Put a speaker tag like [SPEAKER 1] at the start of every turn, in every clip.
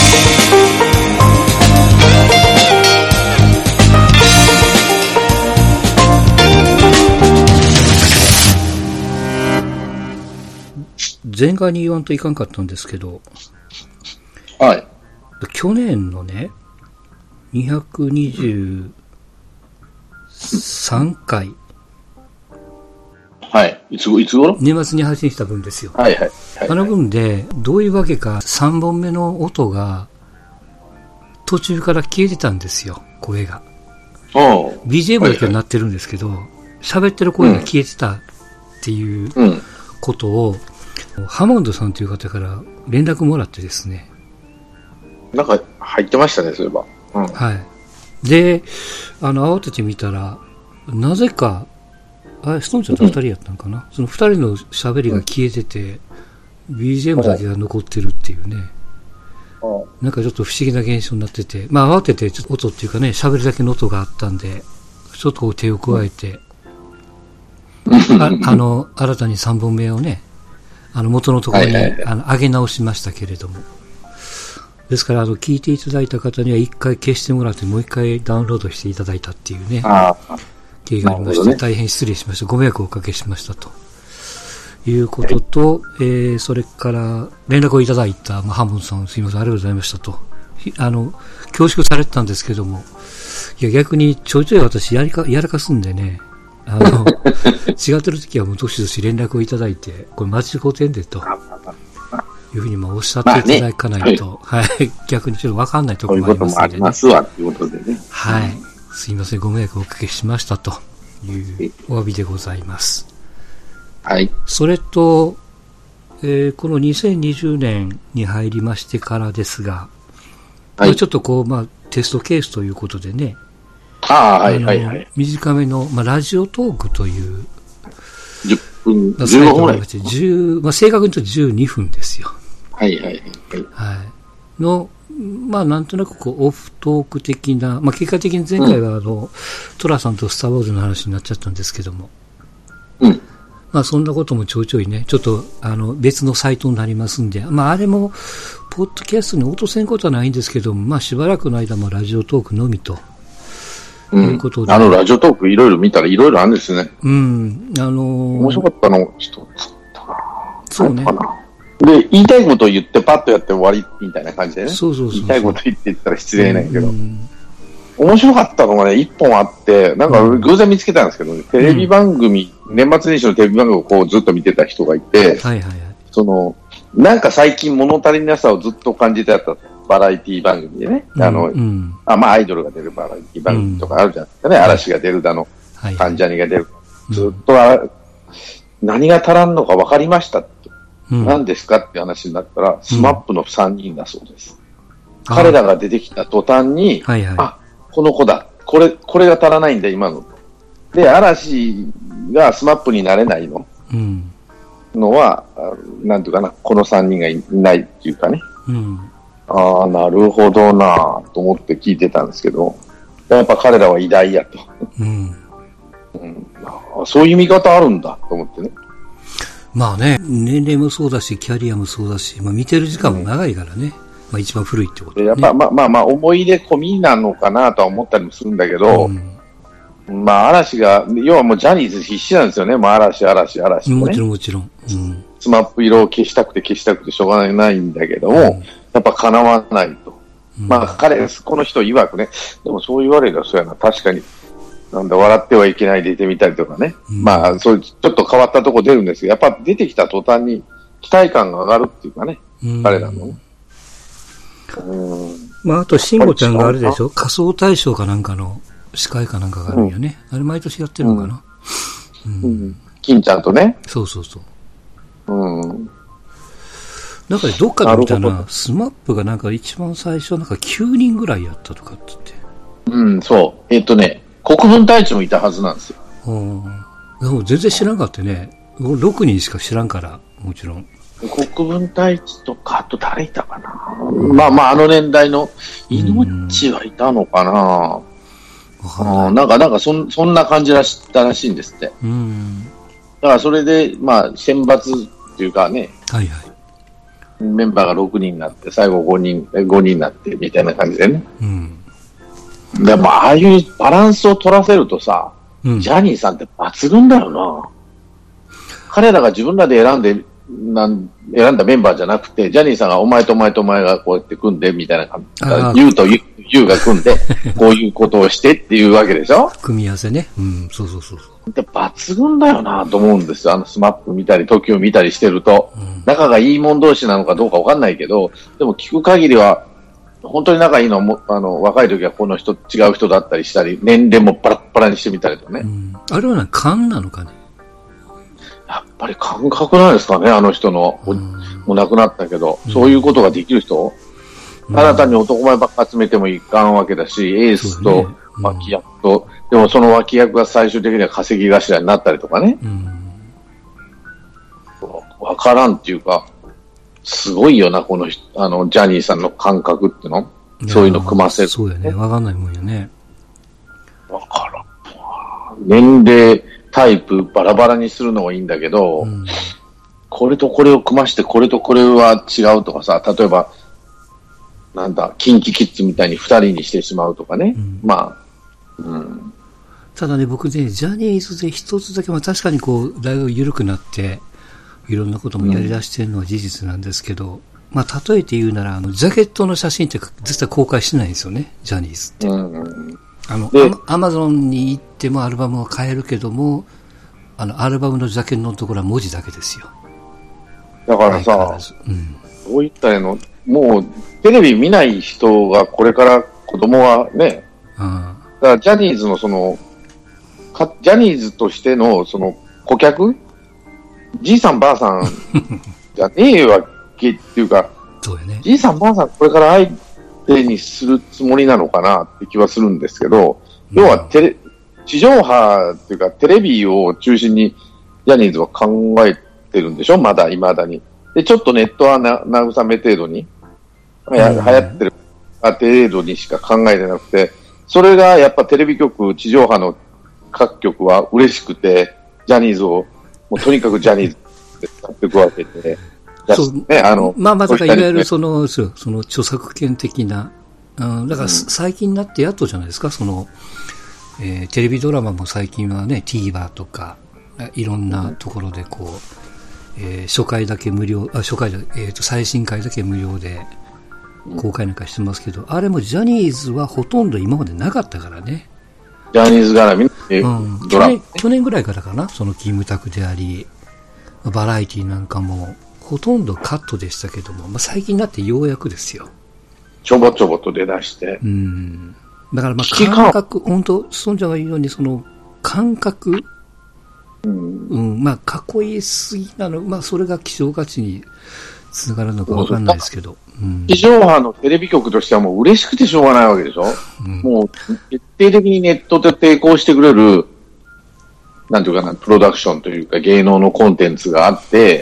[SPEAKER 1] 前回に言わんといかんかったんですけど、
[SPEAKER 2] はい。
[SPEAKER 1] 去年のね、223回。
[SPEAKER 2] はい。いつ頃？
[SPEAKER 1] 年末に配信した分ですよ。
[SPEAKER 2] はいはい。はい、
[SPEAKER 1] あの分で、どういうわけか3本目の音が途中から消えてたんですよ、声が。BGM だけは鳴ってるんですけど、喋ってる声が消えてたっていうことを、ハモンドさんという方から連絡もらってですね。
[SPEAKER 2] なんか入ってましたね、そういえば。うん、
[SPEAKER 1] はい。で、慌ててみたら、なぜか、ストーンちゃんと二人やったのかな、その二人の喋りが消えてて、BGM だけが残ってるっていうね。なんかちょっと不思議な現象になってて、まあ慌ててちょっと音っていうかね、喋りだけの音があったんで、ちょっとこう手を加えて、新たに3本目をね、元のところに、上げ直しましたけれども。ですから、聞いていただいた方には一回消してもらって、もう一回ダウンロードしていただいたっていうね、経緯がありまして、大変失礼しました。ご迷惑をおかけしましたと。いうことと、それから連絡をいただいた、ハモンさん、すいません、ありがとうございましたと。恐縮されてたんですけども、いや逆にちょいちょい私やらかすんでね、違ってる時はもうどしどし連絡をいただいて、これ間違ってんでと、いうふうにおっしゃっていただかないと、はい、逆にちょっとわかんないところもありますので、ね。そういうこともありますわ、ということでね。はい。すいません、ご迷惑をおかけしましたというお詫びでございます。はい。それと、この2020年に入りましてからですが、はい、ちょっとテストケースということでね、はいはいはい。短めの、ラジオトークという、
[SPEAKER 2] 10分、15分ぐらい。
[SPEAKER 1] 正確に言うと12分ですよ。
[SPEAKER 2] はいはいはい。
[SPEAKER 1] はい。の、なんとなくオフトーク的な、結果的に前回はトラさんとスターウォーズの話になっちゃったんですけども。うん。そんなこともちょいちょいね、ちょっと、別のサイトになりますんで、あれも、ポッドキャストに落とせんことはないんですけども、しばらくの間もラジオトークのみと。いうことで。
[SPEAKER 2] ラジオトークいろいろ見たらいろいろあるんですね。
[SPEAKER 1] うん。
[SPEAKER 2] 面白かったの、一つかな。
[SPEAKER 1] そうね。
[SPEAKER 2] で、言いたいことを言ってパッとやって終わりみたいな感じでね。
[SPEAKER 1] そう。
[SPEAKER 2] 言いたいこと言ってたら失礼ないけど。面白かったのがね、一本あって、なんか偶然見つけたんですけどね、テレビ番組、年末年始のテレビ番組をずっと見てた人がいて、なんか最近物足りなさをずっと感じてたバラエティ番組でね、アイドルが出るバラエティ番組とかあるじゃないですかね、嵐が出るだの、関ジャニが出る。ずっと何が足らんのか分かりましたって、何ですかって話になったら、スマップの3人だそうです。彼らが出てきた途端に、この子だ。これが足らないんだ、今の。で、嵐がスマップになれないのは、なんていうかな、この3人がいないっていうかね。なるほどなぁと思って聞いてたんですけど、やっぱ彼らは偉大やと。そういう見方あるんだと思ってね。
[SPEAKER 1] 年齢もそうだし、キャリアもそうだし、見てる時間も長いからね。一番古いってことね。
[SPEAKER 2] やっぱ思い出込みなのかなとは思ったりもするんだけど、嵐が、要はもうジャニーズ必死なんですよね。嵐、ね。
[SPEAKER 1] もちろん。
[SPEAKER 2] スマップ色を消したくてしょうがないんだけども、やっぱ叶わないと。この人曰くね、でもそう言われるとそうやな、確かに、笑ってはいけない出てみたりとかね。そういうちょっと変わったとこ出るんですけど、やっぱ出てきた途端に期待感が上がるっていうかね、彼らのね。
[SPEAKER 1] あと、慎吾ちゃんがあれでしょ、仮装大賞かなんかの司会かなんかがあるんよね。あれ毎年やってるのかな。
[SPEAKER 2] 金ちゃんとね。
[SPEAKER 1] そう。なんかどっかで見たな、スマップがなんか一番最初なんか9人ぐらいやったとかって言って。
[SPEAKER 2] そう。国分太一もいたはずなんですよ。
[SPEAKER 1] でも全然知らんかってね。6人しか知らんから、もちろん。
[SPEAKER 2] 国分太一とか、あと誰いたかな。あの年代の命はいたのかな。なんかそんな感じだったらしいんですって。だからそれで、選抜っていうかね。 メンバーが6人になって、最後5人になって、みたいな感じでね。うん。でも、ああいうバランスを取らせるとさ、ジャニーさんって抜群だよな。彼らが自分らで選んだメンバーじゃなくて、ジャニーさんがお前とお前とお前がこうやって組んで、みたいな感じ。ユウとユウが組んで、こういうことをしてっていうわけでしょ。
[SPEAKER 1] 組み合わせね。うん、そうそうそう。
[SPEAKER 2] で抜群だよなと思うんですよ。スマップ見たり、TOKIO見たりしてると。仲がいい者同士なのかどうかわかんないけど、でも聞く限りは、本当に仲いいのは若い時はこの人、違う人だったりしたり、年齢もバラッバラにしてみたりとかね。
[SPEAKER 1] あれは勘なのかね。
[SPEAKER 2] やっぱり感覚なんですかね、あの人の。もう亡くなったけど、そういうことができる人、ただ単に男前ばっか集めてもいかんわけだし、エースと脇役と、でもその脇役が最終的には稼ぎ頭になったりとかね。わからんっていうか、すごいよな、このジャニーさんの感覚っていうの。そういうの組ませる。
[SPEAKER 1] そうよね。わかんないもんよね。
[SPEAKER 2] わからん。年齢、タイプ、バラバラにするのはいいんだけど、これとこれを組まして、これとこれは違うとかさ、例えば、なんだ、キンキキッズみたいに2人にしてしまうとかね。まあ、
[SPEAKER 1] ただね、僕ね、ジャニーズで一つだけ、確かにこう、だいぶ緩くなって、いろんなこともやり出してるのは事実なんですけど、例えて言うなら、ジャケットの写真って絶対公開しないんですよね、ジャニーズって。アマゾンに行ってもアルバムを買えるけども、アルバムのジャケットのところは文字だけですよ。
[SPEAKER 2] だからさ、どういったらいいの？もう、テレビ見ない人がこれから子供はね、だからジャニーズのジャニーズとしての顧客じいさんばあさんじゃねえわけっていうか、
[SPEAKER 1] そうよね、
[SPEAKER 2] じいさんばあさんこれから相手にするつもりなのかなって気はするんですけど、要は地上波っていうかテレビを中心にジャニーズは考えてるんでしょ、未だに。で、ちょっとネットは慰め程度に、流行ってる程度にしか考えてなくて、それがやっぱテレビ局、地上波の各局は嬉しくて、ジャニーズを、もうとにかくジャニーズで使っていくわけで、
[SPEAKER 1] そうね、だからいわゆるその著作権的な、だから最近になってやっとじゃないですか、テレビドラマも最近はね、TVer とか、いろんなところでこう、初回だけ無料、最新回だけ無料で公開なんかしてますけど、あれもジャニーズはほとんど今までなかったからね。
[SPEAKER 2] ジャニーズ絡み
[SPEAKER 1] 去年ぐらいからかな、そのキムタクであり、バラエティなんかもほとんどカットでしたけども、最近になってようやくですよ。
[SPEAKER 2] ちょぼちょぼと出だして。
[SPEAKER 1] だから感覚、本当、そんじゃが言うように、感覚、囲いすぎなの、それが希少価値につながるのかわかんないですけど。
[SPEAKER 2] 地上波のテレビ局としてはもう嬉しくてしょうがないわけでしょ、もう徹底的にネットで抵抗してくれる、なんていうかな、プロダクションというか芸能のコンテンツがあって、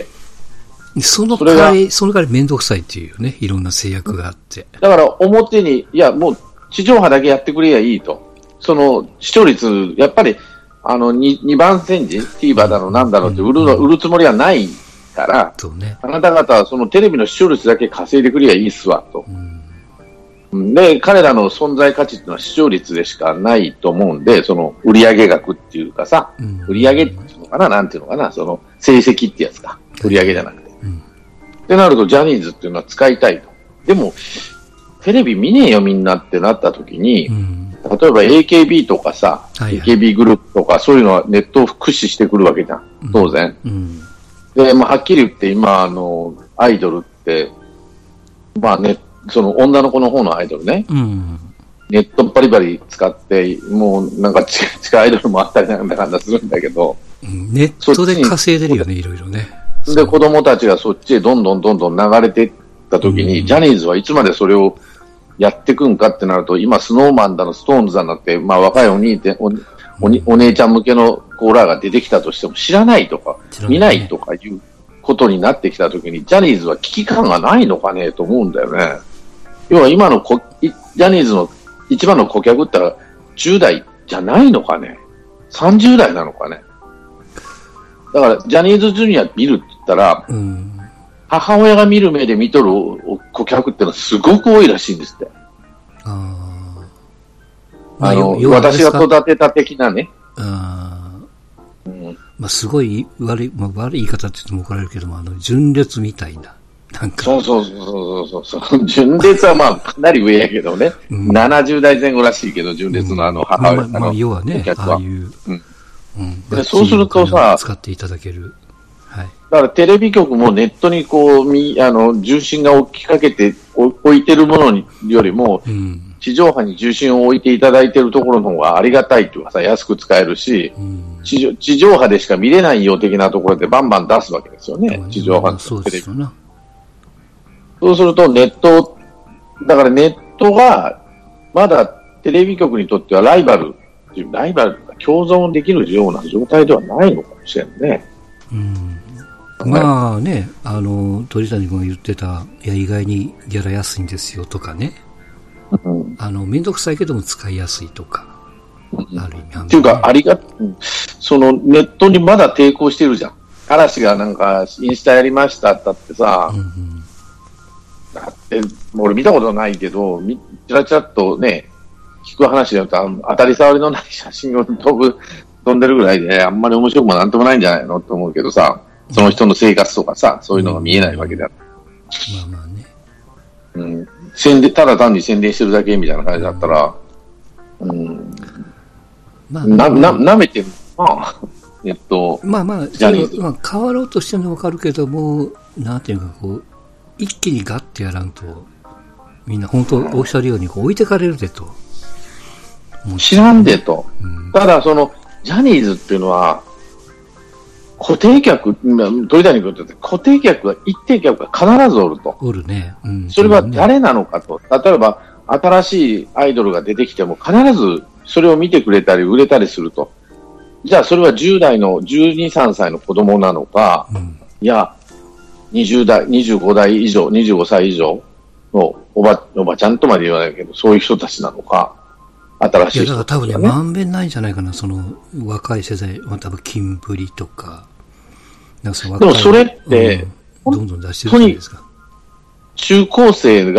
[SPEAKER 1] その代わりめんどくさいっていうね、いろんな制約があって。
[SPEAKER 2] だから表に、いやもう地上波だけやってくれやいいと。視聴率、やっぱり、2番煎じ、TVer だろなんだろうって売るつもりはないから、あなた方はテレビの視聴率だけ稼いでくれやいいっすわ、と。で、彼らの存在価値っていうのは視聴率でしかないと思うんで、売上額っていうかさ、売上っていうのかな、なんていうのかな、成績ってやつか。売上じゃなくて。ってなると、ジャニーズっていうのは使いたいと。でも、テレビ見ねえよみんなってなった時に、例えば AKB とかさ、AKB グループとかそういうのはネットを駆使してくるわけじゃん。当然。で、はっきり言って今、アイドルって、女の子の方のアイドルね。ネットバリバリ使って、もうなんか地下アイドルもあったりなんだかんだするんだけど。
[SPEAKER 1] ネットで稼いでるよね、いろいろね。
[SPEAKER 2] で、子供たちがそっちへどんどん流れていった時に、ジャニーズはいつまでそれをやっていくんかってなると、今スノーマンだのストーンズだのって、若いお姉ちゃん向けのコーラが出てきたとしても知らないとか、見ないとかいうことになってきた時に、ジャニーズは危機感がないのかねと思うんだよね。要は今のジャニーズの一番の顧客って言ったら10代じゃないのかね、30代なのかね。だからジャニーズジュニア見るって言ったら、 母親が見る目で見とる顧客ってのはすごく多いらしいんですって。私が育てた的なね。
[SPEAKER 1] すごい悪い言い方って言っても怒られるけども、純烈みたいな。なんか。そう。
[SPEAKER 2] 純烈はかなり上やけどね。70代前後らしいけど、純烈の母親の。
[SPEAKER 1] 要はね、ああいう。
[SPEAKER 2] そうするとさ、
[SPEAKER 1] 使っていただける。はい。
[SPEAKER 2] だからテレビ局もネットに重心が置きかけて置いてるものよりも、地上波に重心を置いていただいているところの方がありがたいというかさ、安く使えるし、地上波でしか見れないよ的なところでバンバン出すわけですよね、地上波のテレビ。そうするとネット、だからネットがまだテレビ局にとってはライバル共存できるような状態ではないのかもしれんね。
[SPEAKER 1] まあね、鳥谷君が言ってた、いや意外にギャラ安いんですよとかね。めんどくさいけども使いやすいとか。ある意味、
[SPEAKER 2] っていうか、そのネットにまだ抵抗してるじゃん。嵐がなんか、インスタやりましたってさ、だって俺見たことないけど、ちらちらっとね、聞く話で言うと、当たり障りのない写真を飛んでるぐらいで、あんまり面白くもなんともないんじゃないのと思うけどさ、その人の生活とかさ、そういうのが見えないわけだ。
[SPEAKER 1] まあ
[SPEAKER 2] ね。ただ単に宣伝してるだけみたいな感じだったら、舐めてるネット。
[SPEAKER 1] 変わろうとしてるのはわかるけども、なんていうか一気にガッてやらんと、みんな本当おっしゃるように置いてかれるでと。
[SPEAKER 2] 知らんでと。ただジャニーズっていうのは、固定客、鳥谷君って固定客が、一定客が必ずおると。
[SPEAKER 1] おるね。
[SPEAKER 2] それは誰なのかと。例えば、新しいアイドルが出てきても必ずそれを見てくれたり売れたりすると。じゃあそれは10代の12、3歳の子供なのか、いや、20代、25代以上、25歳以上のおばちゃんとまで言わないけど、そういう人たちなのか、新しい人たち、ね。
[SPEAKER 1] いや、だから多分ね、まんべんないんじゃないかな、若い世代、多分、キンプリとか、
[SPEAKER 2] なんかでもそれって、
[SPEAKER 1] どんどん出してるじゃないですか。
[SPEAKER 2] 中高生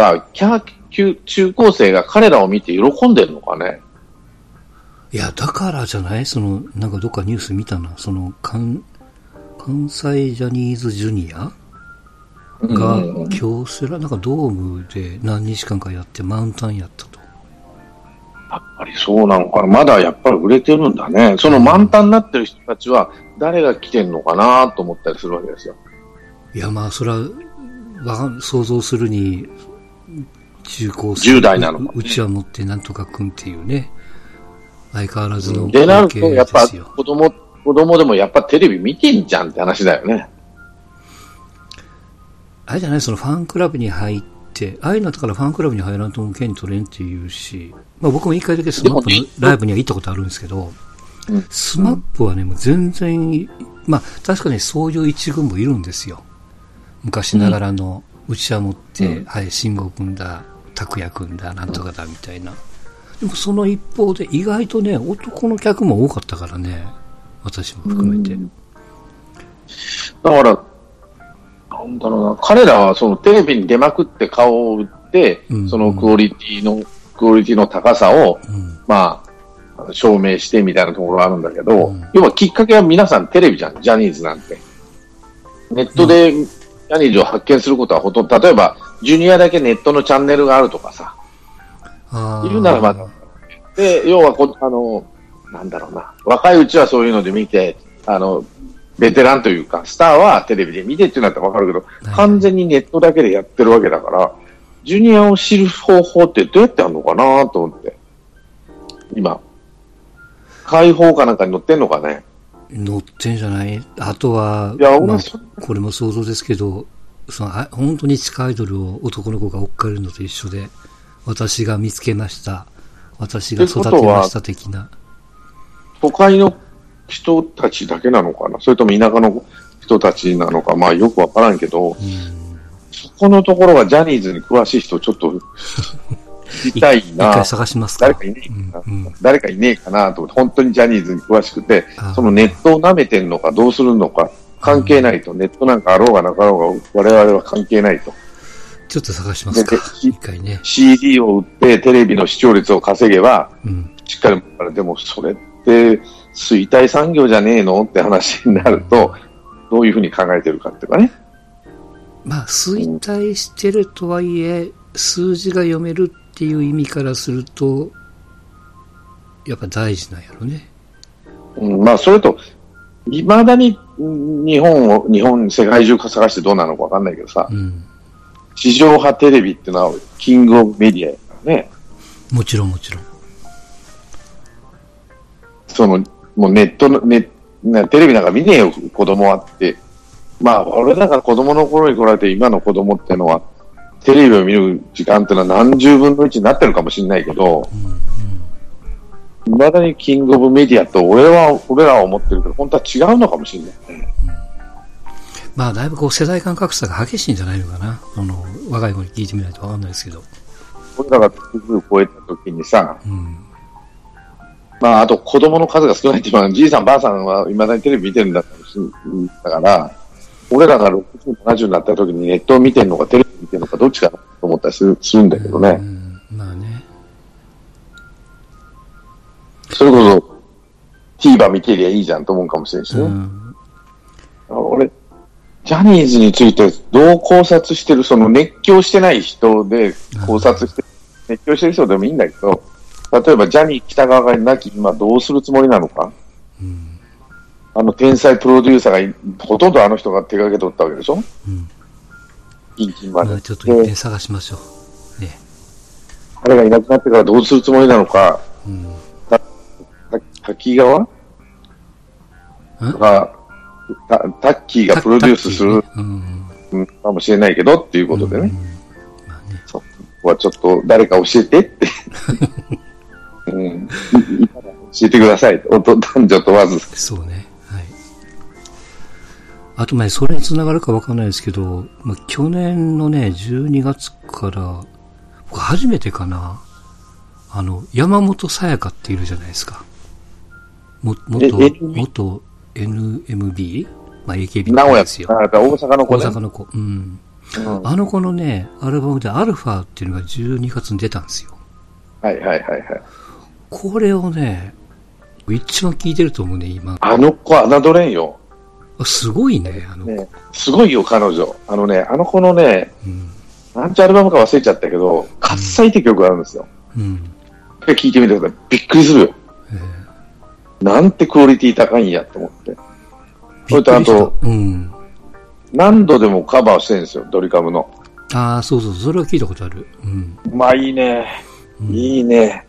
[SPEAKER 2] が彼らを見て喜んでるのかね。
[SPEAKER 1] いや、だからじゃない？なんかどっかニュース見たな。関西ジャニーズジュニアが京セラ、なんかドームで何日間かやって満タンやったと。
[SPEAKER 2] やっぱりそうなのかな。まだやっぱり売れてるんだね。その満タンになってる人たちは誰が来てんのかなと思ったりするわけですよ。
[SPEAKER 1] いや、まあ、それは、想像するに、中高生
[SPEAKER 2] 10代なのか、ね、
[SPEAKER 1] うちわ持ってなんとかくんっていうね、相変わらずの
[SPEAKER 2] でなると、やっぱ子供でもやっぱテレビ見てんじゃんって話だよね。
[SPEAKER 1] あれじゃない、ファンクラブに入って、ああいうのだからファンクラブに入らんとも権利取れんっていうし、まあ僕も一回だけスマップのライブには行ったことあるんですけど、スマップはね、もう全然、まあ確かにそういう一軍もいるんですよ。昔ながらのうちわ持って、はい、慎吾君だ、拓也君だ、なんとかだみたいな。でもその一方で意外とね、男の客も多かったからね、私も含めて。
[SPEAKER 2] だから、なんだろうな、彼らはそのテレビに出まくって顔を売って、そのクオリティの高さを、まあ、証明してみたいなところがあるんだけど、要はきっかけは皆さんテレビじゃん、ジャニーズなんて。ネットでジャニーズを発見することはほとんど、例えば、ジュニアだけネットのチャンネルがあるとかさ、いるならまだ。で、要はなんだろうな、若いうちはそういうので見て、ベテランというか、スターはテレビで見てってなったらわかるけど、完全にネットだけでやってるわけだから、ジュニアを知る方法ってどうやってあるのかなと思って。今。解放かなんかに載ってんのかね。
[SPEAKER 1] 載ってんじゃない？あとは、まあ、これも想像ですけど、本当に地下アイドルを男の子が追っかけるのと一緒で、私が見つけました。私が育てました的な。
[SPEAKER 2] 都会の人たちだけなのかな、それとも田舎の人たちなのか、まあよくわからんけど、そこのところがジャニーズに詳しい人ちょっと知りたいな。
[SPEAKER 1] 一回探しますか。
[SPEAKER 2] 誰かいねえかなと思って、本当にジャニーズに詳しくて、そのネットを舐めてんのかどうするのか、 関係ないと。ネットなんかあろうがなかろうが、我々は関係ないと。
[SPEAKER 1] ちょっと探しますか。一回ね。
[SPEAKER 2] CD を売ってテレビの視聴率を稼げば、しっかり、でもそれって衰退産業じゃねえのって話になると、どういうふうに考えてるかっていうかね。
[SPEAKER 1] まあ、衰退してるとはいえ、数字が読めるっていう意味からすると、やっぱ大事なんやろね。
[SPEAKER 2] まあ、それと、未だに日本、世界中か探してどうなのかわかんないけどさ、地上波テレビってのはキングオブメディアやからね。
[SPEAKER 1] もちろんもちろん。
[SPEAKER 2] もうネットの、テレビなんか見ねえよ、子供はって。まあ、俺らが子供の頃に来られて今の子供ってのは、テレビを見る時間ってのは何十分の1になってるかもしれないけど、未だにキングオブメディアと俺らは思ってるけど、本当は違うのかもしれないね。
[SPEAKER 1] まあ、だいぶこう世代間格差が激しいんじゃないのかな。若い子に聞いてみないとわかんないですけど。
[SPEAKER 2] 俺らが60超えた時にさ、まあ、あと子供の数が少ないっていうのは、じいさんばあさんは未だにテレビ見てるんだから、俺らが60、70になった時にネットを見てるのかテレビ見てるのかどっちかなと思ったりするんだけどね。
[SPEAKER 1] まあね。
[SPEAKER 2] それこそ TVer 見てりゃいいじゃんと思うかもしれないしね。俺、ジャニーズについてどう考察してる、熱狂してない人で考察してる、熱狂してる人でもいいんだけど、例えばジャニー喜多川がなき今どうするつもりなのか、天才プロデューサーがほとんどあの人が手掛け取ったわけでしょ、キンキンまで、
[SPEAKER 1] まあ、ちょっと一点探しましょう、ね、
[SPEAKER 2] 彼がいなくなってからどうするつもりなのか、滝川がタッキーがプロデュースするかもしれないけどっていうことでね、そこはちょっと誰か教えてって教えてください、男女問わず。
[SPEAKER 1] そうね、はい。あとそれにつながるかわかんないですけど、去年のね12月から僕初めてかな、山本さやかっているじゃないですか。元 NMB？ まあ AKB
[SPEAKER 2] 名古屋
[SPEAKER 1] ですよ。
[SPEAKER 2] 大阪の子ね。
[SPEAKER 1] 大阪の子。あの子のね、アルバムでアルファっていうのが12月に出たんですよ。
[SPEAKER 2] はいはいはいはい。
[SPEAKER 1] これをね、一番聴いてると思うね、今。
[SPEAKER 2] あの子は侮れんよ。
[SPEAKER 1] すごいね、あの子。
[SPEAKER 2] ね、すごいよ、彼女。あの子のね、なんちゃアルバムか忘れちゃったけど、喝采って曲があるんですよ。聴いてみてください。びっくりするよ。なんてクオリティ高いんやと思って。それとあと、何度でもカバーしてるんですよ、ドリカムの。
[SPEAKER 1] ああ、そうそう、それは聞いたことある。
[SPEAKER 2] まあいいね。いいね。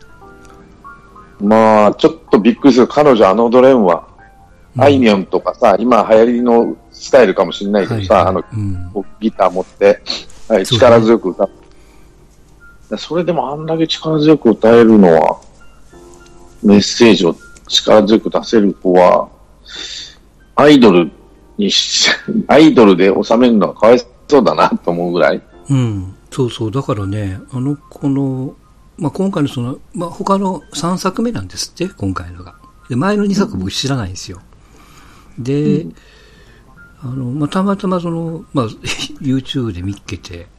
[SPEAKER 2] まあ、ちょっとびっくりする。彼女侮れんわ。あいみょんとかさ、今流行りのスタイルかもしれないけどさ、ギター持って、力強く歌う。それでもあんだけ力強く歌えるのは、メッセージを力強く出せる子は、アイドルで収めるのはかわいそうだなと思うぐらい。
[SPEAKER 1] そうそう。だからね、あの子の、今回の他の3作目なんですって、今回のが。で、前の2作僕知らないんですよ。で、たまたまYouTube で見っけて、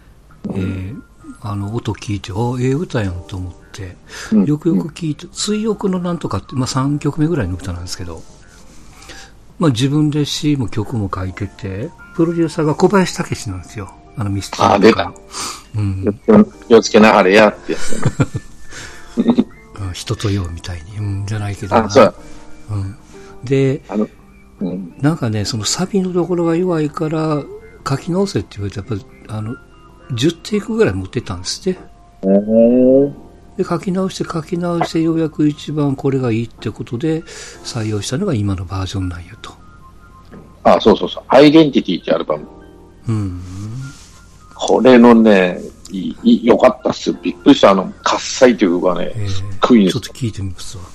[SPEAKER 1] 音聞いて、歌やんと思って、よくよく聞いて、追憶のなんとかって、3曲目ぐらいの歌なんですけど、自分で詩も曲も書いてて、プロデューサーが小林武史なんですよ。ミステリーとか。
[SPEAKER 2] 気をつけなはれやってやつ、ね。
[SPEAKER 1] 人とよみたいに、じゃないけど。で、なんかね、そのサビのところが弱いから書き直せって言われて、やっぱ10テイクぐらい持ってったんですって。で、書き直してようやく一番これがいいってことで採用したのが今のバージョンなんやと。
[SPEAKER 2] そうそうそう。アイデンティティってアルバム。これのね、よかったっすよ。びっくりした。喝采っていう曲がね、すっごいです。
[SPEAKER 1] ちょっと聞いてみますわ。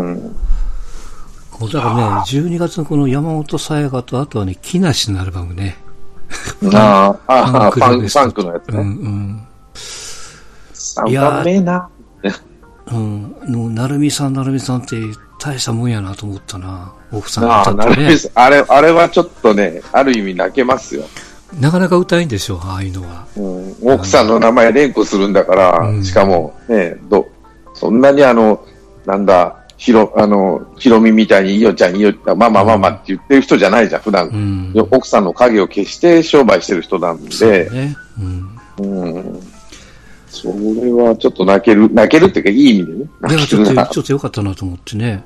[SPEAKER 1] だからね、12月のこの山本さやかと、あとはね、木梨のアルバムね。
[SPEAKER 2] ファンクのやつね。3番目な。
[SPEAKER 1] なるみさんって大したもんやなと思ったな。奥さんが歌ってね。
[SPEAKER 2] なるみさん、あれはちょっとね、ある意味泣けますよ。
[SPEAKER 1] なかなか歌いんでしょ、ああいうのは。
[SPEAKER 2] 奥さんの名前連呼するんだから、しかもね、そんなになんだ、ひろみみたいにいいよちゃん、ママって言ってる人じゃないじゃん、普段。奥さんの影を消して商売してる人なんで。ね。それはちょっと泣けるっていうか、いい意味でね。
[SPEAKER 1] いや、ちょっと良かったなと思ってね。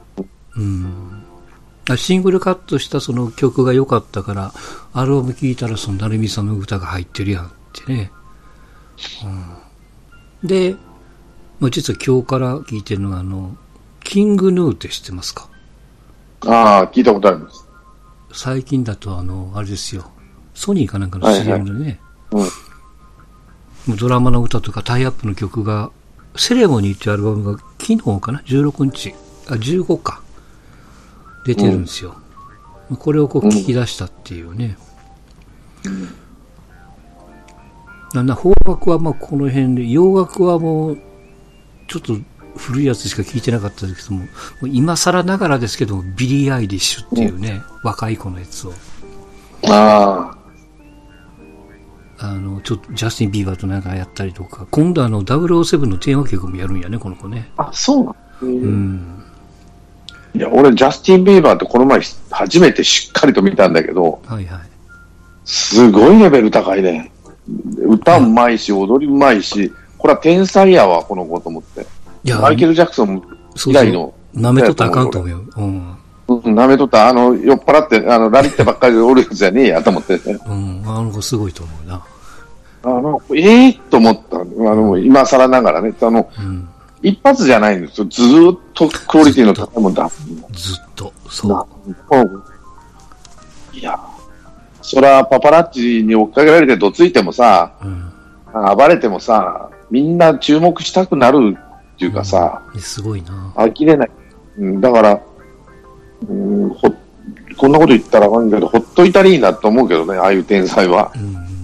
[SPEAKER 1] シングルカットしたその曲が良かったから、アルバム聴いたらその成美さんの歌が入ってるやんってね。で、実は今日から聴いてるのがキングヌーって知ってますか？
[SPEAKER 2] ああ、聞いたことあります。
[SPEAKER 1] 最近だとあれですよ。ソニーかなんかの CM でね。ドラマの歌とかタイアップの曲が、セレモニーっていうアルバムが昨日かな ?16 日。15か。出てるんですよ。これを聞き出したっていうね。邦楽はこの辺で、洋楽はもう、ちょっと古いやつしか聞いてなかったですけども、今更ながらですけども、ビリー・アイリッシュっていうね、若い子のやつを。ちょっとジャスティン・ビーバーとなんかやったりとか、今度007のテーマ曲もやるんやね、この子ね。
[SPEAKER 2] そうなの？いや、俺、ジャスティン・ビーバーってこの前初めてしっかりと見たんだけど、すごいレベル高いね。歌うまいし、踊りうまいし、これは天才やわ、この子と思って。マイケル・ジャクソン以来の。
[SPEAKER 1] 舐めとったらあかんと思うよ。
[SPEAKER 2] 舐めとった、酔っ払って、ラリってばっかりでおるやつじゃねえやと思ってね。
[SPEAKER 1] 子すごいと思うな。
[SPEAKER 2] と思った。今更ながらね。一発じゃないんですよ。ずーっとクオリティの高いもんだ。
[SPEAKER 1] ずっと。そう。
[SPEAKER 2] いや、そらパパラッチに追っかけられてどついてもさ、暴れてもさ、みんな注目したくなるっていうかさ、
[SPEAKER 1] すごいな。
[SPEAKER 2] 呆れない。だから、こんなこと言ったらわかんないけど、ほっといたらいいなと思うけどね、ああいう天才は。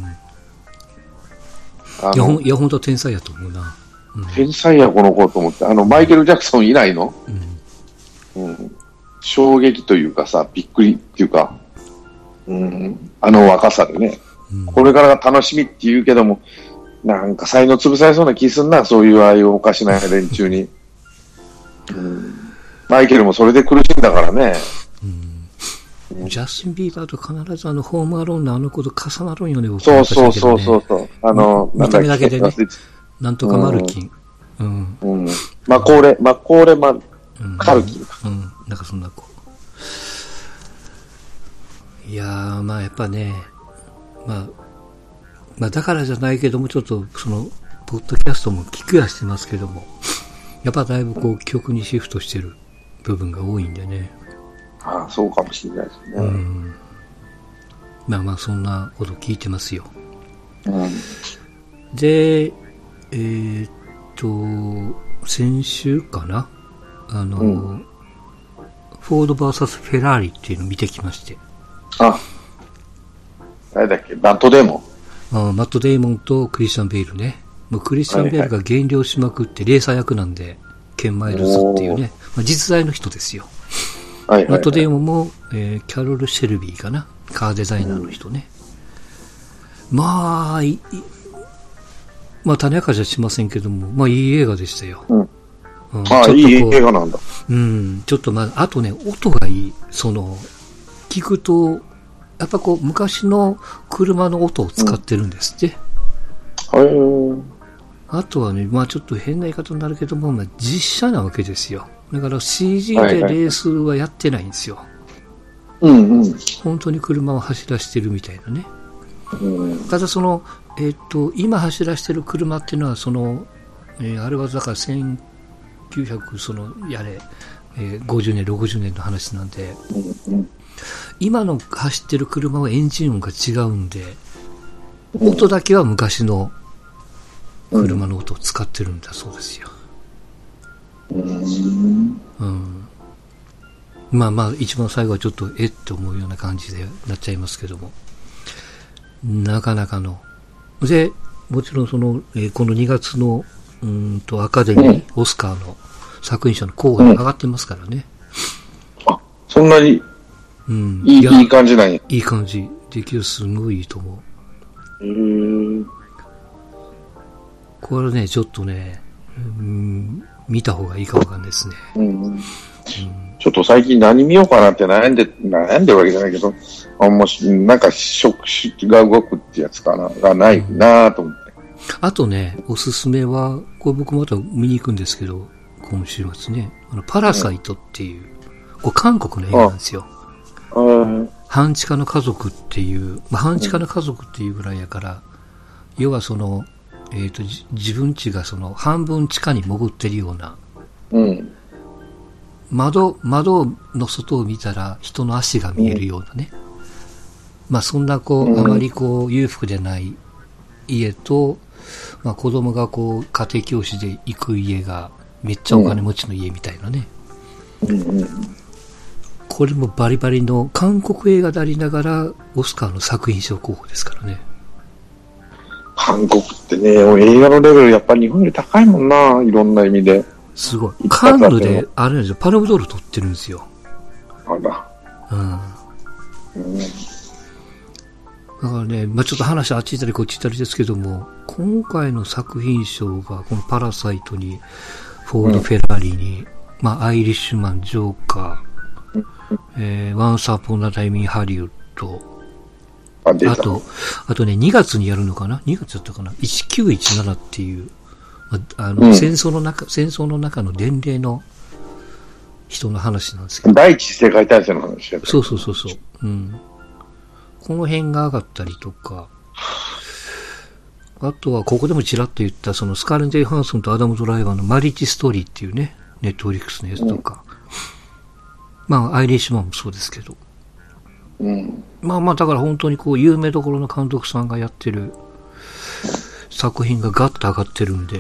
[SPEAKER 1] いや、ほんと天才やと思うな。
[SPEAKER 2] 天才や、この子と思って。マイケル・ジャクソン以来の、衝撃というかさ、びっくりっていうか、若さでね、これからが楽しみって言うけども、なんか才能潰されそうな気すんな、そういうああいうおかしな連中に。マイケルもそれで苦しんだからね。
[SPEAKER 1] ジャスティン・ビーバーと必ずホームアローンの子と重なるんよね、僕
[SPEAKER 2] は、そう。
[SPEAKER 1] 見た目だけでね。なんとかマルキン。
[SPEAKER 2] マコーレカルキンか。
[SPEAKER 1] なんかそんな子。いやー、やっぱね、だからじゃないけども、ちょっと、ポッドキャストも聞くやしてますけども、やっぱだいぶ曲にシフトしてる部分が多いんでね。
[SPEAKER 2] そうかもしれないです
[SPEAKER 1] ね。そんなこと聞いてますよ。で、先週かなフォード VS フェラーリっていうのを見てきまして。
[SPEAKER 2] 誰だっけ、マット・デーモ
[SPEAKER 1] ン。マット・デーモンとクリスチャン・ベールね。もうクリスチャン・ベールが減量しまくってレーサー役なんで、ケン・マイルズっていうね、実在の人ですよ。マット・デーモンも、キャロル・シェルビーかな、カーデザイナーの人ね。種明かしはしませんけども、いい映画でしたよ。
[SPEAKER 2] いい映画なんだ。
[SPEAKER 1] ちょっとあとね、音がいい。聞くと、やっぱ昔の車の音を使ってるんですって。あとはね、ちょっと変な言い方になるけども、実写なわけですよ。だから CG でレースはやってないんですよ。本当に車を走らせてるみたいなね。ただ今走らせてる車っていうのは、あれはだから1900、50年、60年の話なんで、今の走ってる車はエンジン音が違うんで、音だけは昔の車の音を使ってるんだそうですよ。一番最後はちょっとって思うような感じでなっちゃいますけども、なかなかの。で、もちろんこの2月のアカデミー、オスカーの作品賞の候補に上がってますからね。
[SPEAKER 2] あ、そんなに、いい感じなんや。
[SPEAKER 1] いい感じ。出来はすごいいいと思う。これね、ちょっとね、見た方がいいかわかんないですね。
[SPEAKER 2] ちょっと最近何見ようかなって悩んでるわけじゃないけど、なんか触手が動くってやつかな、がないなと思って。
[SPEAKER 1] あとね、おすすめは、これ僕また見に行くんですけど、今週末ね、パラサイトっていう、これ韓国の映画なんですよ。半地下の家族っていう、半地下の家族っていうぐらいやから、要はその、自分家がその半分地下に潜ってるような、窓の外を見たら人の足が見えるようなね。そんなあまり裕福でない家と、子供が家庭教師で行く家がめっちゃお金持ちの家みたいなね。これもバリバリの韓国映画でありながらオスカーの作品賞候補ですからね。
[SPEAKER 2] 韓国ってね、映画のレベルやっぱり日本より高いもんな、いろんな意味で。
[SPEAKER 1] すごい。カンヌで、あれなんですよ、パルムドール取ってるんですよ。
[SPEAKER 2] あら。
[SPEAKER 1] だからね、ちょっと話あっち行ったりこっち行ったりですけども、今回の作品賞が、このパラサイトに、フォード・フェラーリに、アイリッシュマン、ジョーカー、ワンサーポン・ナ・タイミン・ハリウッド、あとね、2月にやるのかな ?2 月だったかな ?1917 っていう、戦争の中の伝令の人の話なんですけど。
[SPEAKER 2] 第一次世界大戦の話やった。
[SPEAKER 1] そう。この辺が上がったりとか、あとはここでもちらっと言ったそのスカーレン・ジェイ・ハンソンとアダム・ドライバーのマリッジ・ストーリーっていうね、ネットフリックスのやつとか、アイリッシュマンもそうですけど、だから本当に有名どころの監督さんがやってる作品がガッと上がってるんで、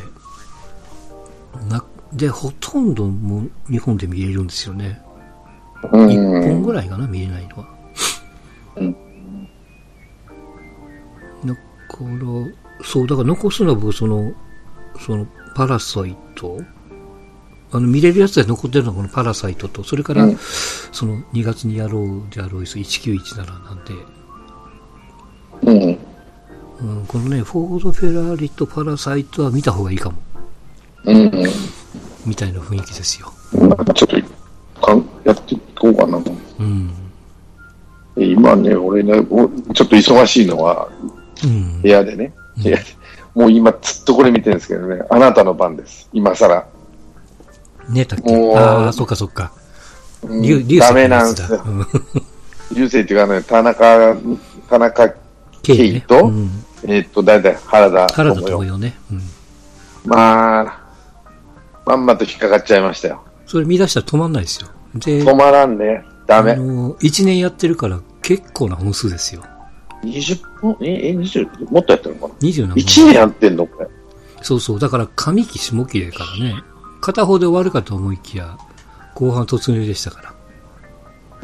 [SPEAKER 1] ほとんどもう日本で見れるんですよね。1本ぐらいかな、見れないのは。だから残すのは僕そのパラサイト、見れるやつで残ってるのはこのパラサイトと、それから、その2月にやろうであろう1917なんで、このね、フォード・フェラーリとパラサイトは見た方がいいかも。みたいな雰囲気ですよ。
[SPEAKER 2] ちょっと、やっていこうかな。今ね、俺ね、ちょっと忙しいのは、部屋でね、もう今ずっとこれ見てるんですけどね、あなたの番です。今更。
[SPEAKER 1] ねえ、たっけ。ああ、そっか。
[SPEAKER 2] ダメなんですよ。流星っていうかね、田中圭と、だいたい原田智代ね。まんまと引っかかっちゃいましたよ。
[SPEAKER 1] それ見出したら止まんないですよ。
[SPEAKER 2] 止まらんね。ダメ。
[SPEAKER 1] 1年やってるから結構な本数ですよ。
[SPEAKER 2] 20本20もっとやってるのかな
[SPEAKER 1] ?20 何本
[SPEAKER 2] ?1 年やってんのこれ。
[SPEAKER 1] そう。だから上期下期だからね。片方で終わるかと思いきや、後半突入でしたから。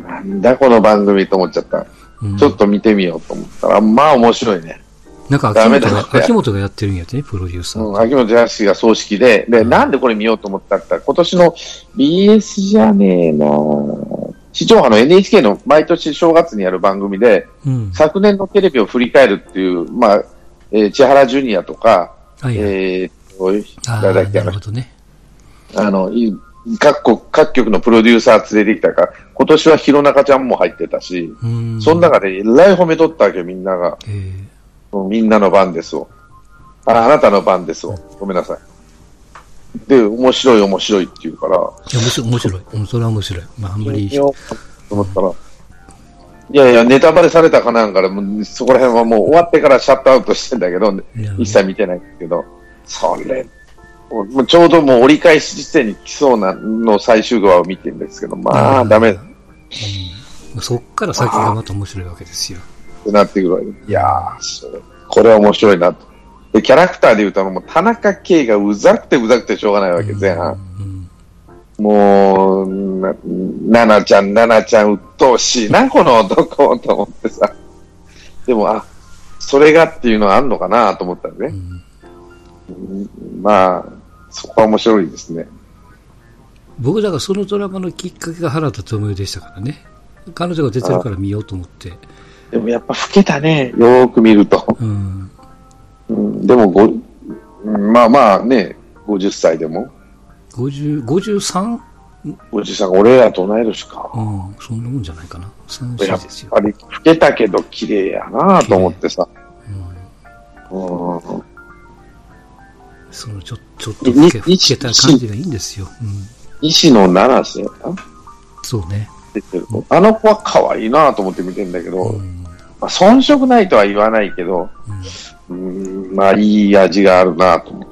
[SPEAKER 2] なんだこの番組と思っちゃった。ちょっと見てみようと思ったら、面白いね。
[SPEAKER 1] なんか秋元がやってるんやってね、プロデューサー。
[SPEAKER 2] 秋元康が葬式で、なんでこれ見ようと思ったら、今年の BS じゃねえな地上波の NHK の毎年正月にやる番組で、昨年のテレビを振り返るっていう、千原ジュニアとか、誰だっけ、
[SPEAKER 1] なるほどね。
[SPEAKER 2] 各局のプロデューサー連れてきたから、今年は弘中ちゃんも入ってたし、その中でえらい褒めとったわけ、みんなが。みんなの番ですを。あなたの番ですを。ごめんなさい。で、面白いって言うから。
[SPEAKER 1] 面白い。それは面白い。あんまりいい。
[SPEAKER 2] と思ったら。いや、ネタバレされたかなんかで、そこら辺はもう終わってからシャットアウトしてんだけど、一切見てないんだけど、それ、ちょうどもう折り返し地点に来そうなの最終話を見てるんですけど、ダメだ。
[SPEAKER 1] そっから先がまた面白いわけですよ。
[SPEAKER 2] ってなってくるわけ。いやー、これは面白いなと。で、キャラクターで言うと、もう田中圭がうざくてしょうがないわけ、前半。もう、奈々ちゃん、鬱陶しいな、この男と思ってさ。でも、それがっていうのはあるのかなと思ったんでね。 そこは面白いですね。
[SPEAKER 1] 僕だからそのドラマのきっかけが原田知世でしたからね。彼女が出てるから見ようと思って。
[SPEAKER 2] でもやっぱ老けたね、よーく見ると。でもまあまあね、50歳でも。
[SPEAKER 1] 53？
[SPEAKER 2] 53、俺らと同い年か。
[SPEAKER 1] そんなもんじゃないかな。3歳ですよ。
[SPEAKER 2] やっぱり老けたけど綺麗やなと思ってさ。
[SPEAKER 1] そのちょっと老けた感じがいいんですよ。
[SPEAKER 2] 西野七瀬やな。
[SPEAKER 1] そうね。
[SPEAKER 2] あの子は可愛いなと思って見てんだけど、まあ、遜色ないとは言わないけど、まあいい味があるなと思って。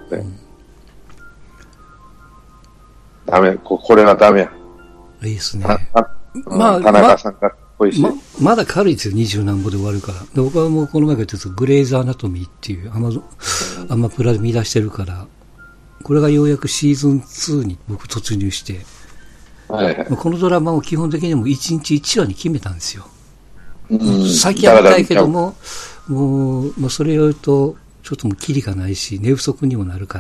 [SPEAKER 2] ダメ、これはダメや。
[SPEAKER 1] いいっすね。
[SPEAKER 2] まあ、田中さんが
[SPEAKER 1] まだ軽いですよ、20何歩で終わるから。で僕はもうこの前から言ったグレイズアナトミーっていうアマプラで見出してるから、これがようやくシーズン2に僕突入して、このドラマを基本的にも1日1話に決めたんですよ。先やりたいけども、もうそれを言うと、ちょっともうキリがないし、寝不足にもなるから。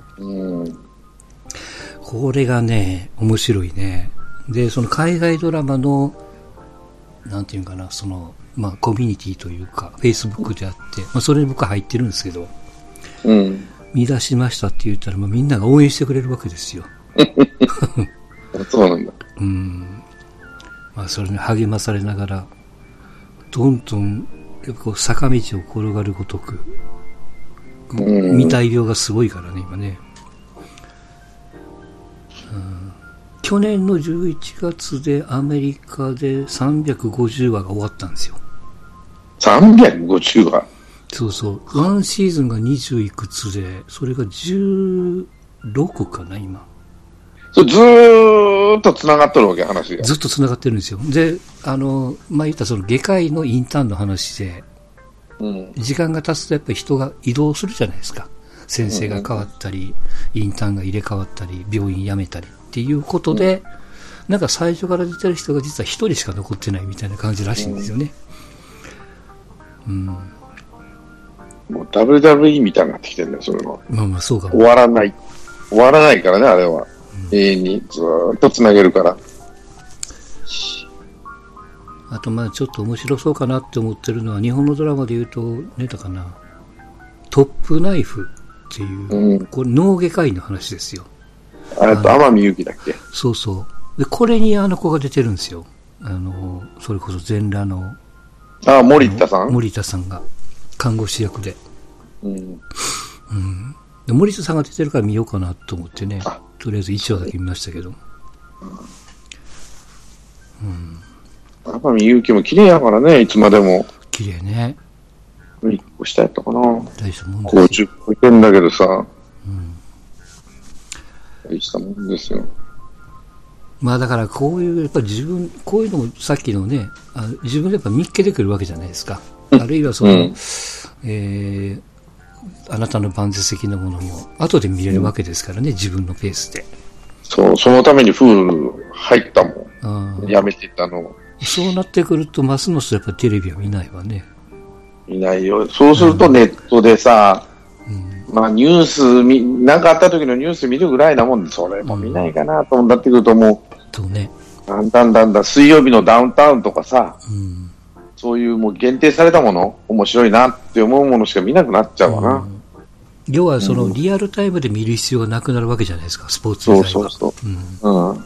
[SPEAKER 1] これがね、面白いね。で、その海外ドラマの、なんていうかな、まあ、コミュニティというか、Facebook であって、まあ、それに僕は入ってるんですけど、見出しましたって言ったら、まあ、みんなが応援してくれるわけですよ。
[SPEAKER 2] そうなんだ。
[SPEAKER 1] まあ、それに励まされながら、どんどん、こう坂道を転がるごとく、見たい量がすごいからね、今ね。去年の11月でアメリカで350話が終わったんですよ。
[SPEAKER 2] 350話？
[SPEAKER 1] そうそう。ワンシーズンが20いくつで、それが16かな、今。
[SPEAKER 2] それずーっと繋がっとるわけ、話が。
[SPEAKER 1] ずっと繋がってるんですよ。で、まあ、言ったその外科医のインターンの話で、時間が経つとやっぱり人が移動するじゃないですか。先生が変わったり、インターンが入れ替わったり、病院辞めたりっていうことで、なんか最初から出てる人が実は一人しか残ってないみたいな感じらしいんですよね。
[SPEAKER 2] もう WWE みたいになってきてるんだよ、それは。
[SPEAKER 1] まあまあそうかも。
[SPEAKER 2] 終わらないからね、あれは。永遠にずーっと繋げるから。
[SPEAKER 1] あとまあちょっと面白そうかなって思ってるのは、日本のドラマで言うと、ネタかな。トップナイフっていう、これ脳外科医の話ですよ。
[SPEAKER 2] 天海祐希だっけ？
[SPEAKER 1] そうそう。で、これにあの子が出てるんですよ。それこそ全裸の。
[SPEAKER 2] 森田さん？
[SPEAKER 1] 森田さんが、看護師役で。で森田さんが出てるから見ようかなと思ってね。とりあえず1話だけ見ましたけど。
[SPEAKER 2] 天海祐希も綺麗やからね、いつまでも。
[SPEAKER 1] 綺麗ね。
[SPEAKER 2] 1個下やったかな。
[SPEAKER 1] 大したもんですよ。
[SPEAKER 2] 50個いけんだけどさ。大したもんですよ。
[SPEAKER 1] まあだからこういう、やっぱりこういうのもさっきのね、自分でやっぱ見っけてくるわけじゃないですか。あるいはあなたの番付的なものも後で見れるわけですからね、自分のペースで。
[SPEAKER 2] そう、そのためにフール入ったもん。やめてたの。
[SPEAKER 1] そうなってくると、ますますやっぱテレビは見ないわね。
[SPEAKER 2] 見ないよ。そうするとネットでさ、まあニュースなんかあった時のニュース見るぐらいなもんで、それも見ないかなとなってくるともう、だんだん水曜日のダウンタウンとかさ、そういうもう限定されたもの、面白いなって思うものしか見なくなっちゃうわな。
[SPEAKER 1] 要はそのリアルタイムで見る必要がなくなるわけじゃないですか、スポーツ以外は。
[SPEAKER 2] そう。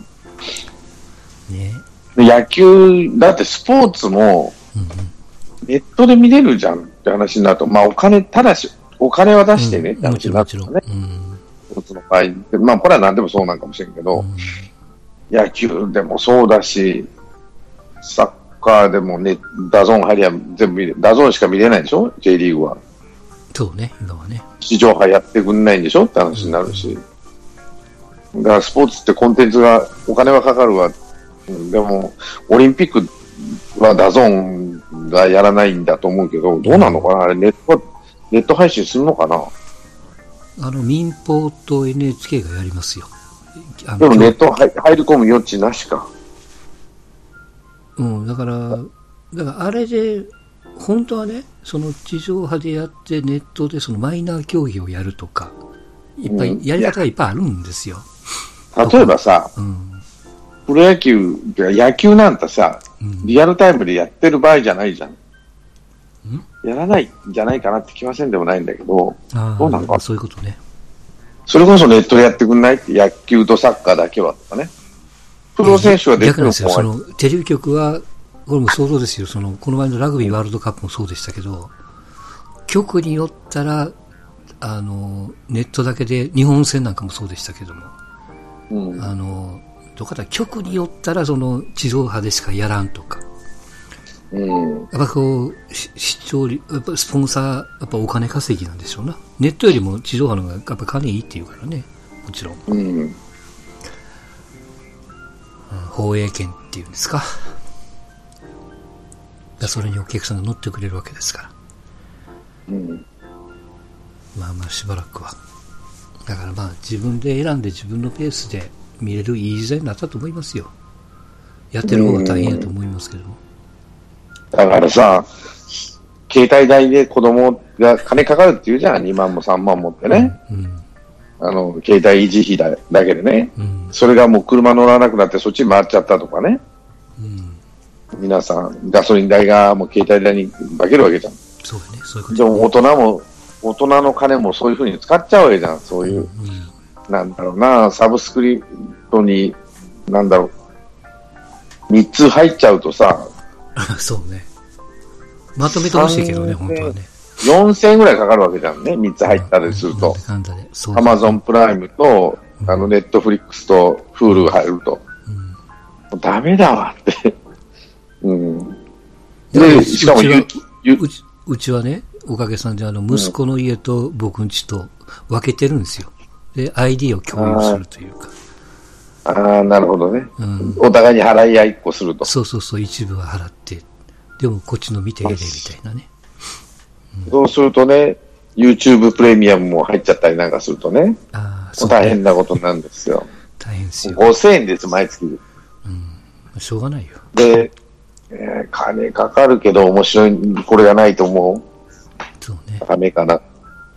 [SPEAKER 2] ね。野球、だってスポーツも、ネットで見れるじゃんって話になると、まあお金は出してねって話になるとね。スポーツの場合、まあこれは何でもそうなんかもしれんけど、野球でもそうだし、サッカーでもね、ダゾーン入りゃ全部見れる。ダゾーンしか見れないでしょ ?J リーグは。
[SPEAKER 1] そうね、今はね。
[SPEAKER 2] 地上波やってくんないんでしょって話になるし。だからスポーツってコンテンツが、お金はかかるわ。でも、オリンピックはダゾーンがやらないんだと思うけど、どうなのかなあれネット配信するのかな
[SPEAKER 1] 民放と NHK がやりますよ。
[SPEAKER 2] でもネット入り込む余地なしか。
[SPEAKER 1] だからあれで、本当はね、その地上波でやってネットでそのマイナー競技をやるとかいっぱい、やり方がいっぱいあるんですよ。
[SPEAKER 2] 例えばさ、プロ野球、野球なんてさ、リアルタイムでやってる場合じゃないじゃん。やらないんじゃないかなって気ませんでもないんだけど、どうなんか
[SPEAKER 1] そういうことね。
[SPEAKER 2] それこそネットでやってくんないって、野球とサッカーだけはとかね。プロ選手はできるの
[SPEAKER 1] 逆なんですよ。テレビ局は、これも想像ですよ。この前のラグビーワールドカップもそうでしたけど、局によったら、ネットだけで、日本戦なんかもそうでしたけども、どこだ、局によったら、地上波でしかやらんとか。やっぱ視聴率、やっぱスポンサー、やっぱお金稼ぎなんでしょうな。ネットよりも地上波の方がやっぱ金いいっていうからね。もちろん。放映権っていうんですか。それにお客さんが乗ってくれるわけですから。まあまあしばらくは。だからまあ自分で選んで自分のペースで見れるいい時代になったと思いますよ。やってる方が大変やと思いますけども。
[SPEAKER 2] だからさ、携帯代で子供が金かかるって言うじゃん。2万も3万もってね。携帯維持費だけでね。それがもう車乗らなくなってそっちに回っちゃったとかね。皆さん、ガソリン代がもう携帯代に化けるわけじゃん。
[SPEAKER 1] そうね、そういうこと。
[SPEAKER 2] でも大人の金もそういう風に使っちゃうわけじゃん。そういう、なんだろうな、サブスクリプトに、なんだろう、3つ入っちゃうとさ、
[SPEAKER 1] そうね。まとめてほしいけどね、本当はね。
[SPEAKER 2] 4000円ぐらいかかるわけじゃんね、3つ入ったりすると。アマゾンプライムと、ネットフリックスと、フールが入ると。もうダメだわって。で、しかも
[SPEAKER 1] うちはね、おかげさんで息子の家と僕ん家と分けてるんですよ。で、ID を共有するというか。
[SPEAKER 2] なるほどね。お互いに払い合いっこすると。
[SPEAKER 1] そう、一部は払って。でもこっちの見てみたいなね。
[SPEAKER 2] そうするとね、YouTube プレミアムも入っちゃったりなんかするとね、大変なことなんですよ。
[SPEAKER 1] 大変ですよ。
[SPEAKER 2] 5000円です、毎月。
[SPEAKER 1] しょうがないよ。
[SPEAKER 2] で、金かかるけど面白い、これがないと思う。
[SPEAKER 1] そうね。
[SPEAKER 2] ダメかな。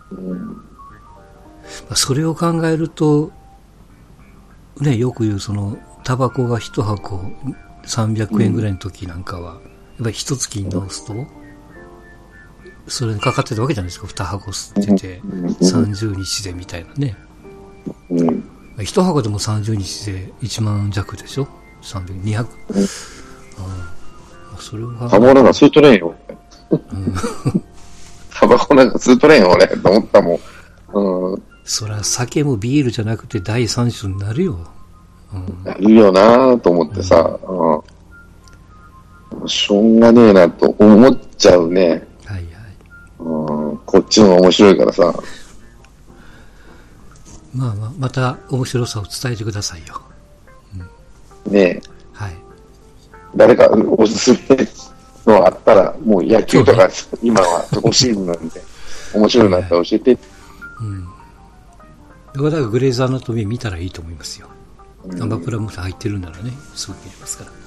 [SPEAKER 1] それを考えると、ね、よく言うタバコが一箱300円ぐらいの時なんかは、やっぱり一月に直すと、それにかかってたわけじゃないですか。2箱吸ってて、30日でみたいなね。一箱でも30日で1万弱でしょ ?300、200。それは。
[SPEAKER 2] タバコなんか吸うとれんよ。タバコなんか吸うとれんよ、俺。と思ったもん。
[SPEAKER 1] そりゃ酒もビールじゃなくて第三種になるよ。
[SPEAKER 2] なるよなぁと思ってさ、しょうがねえなと思っちゃうね。こっちの方が面白いからさ。
[SPEAKER 1] まあまた面白さを伝えてくださいよ。
[SPEAKER 2] ねえ。
[SPEAKER 1] はい。
[SPEAKER 2] 誰かおすすめのあったら、もう野球とか、今はオフシーズンなんで、面白いなって教えて。
[SPEAKER 1] だからグレーズアナトミー見たらいいと思いますよ。アマプラも入ってるならね、すぐ見れますから。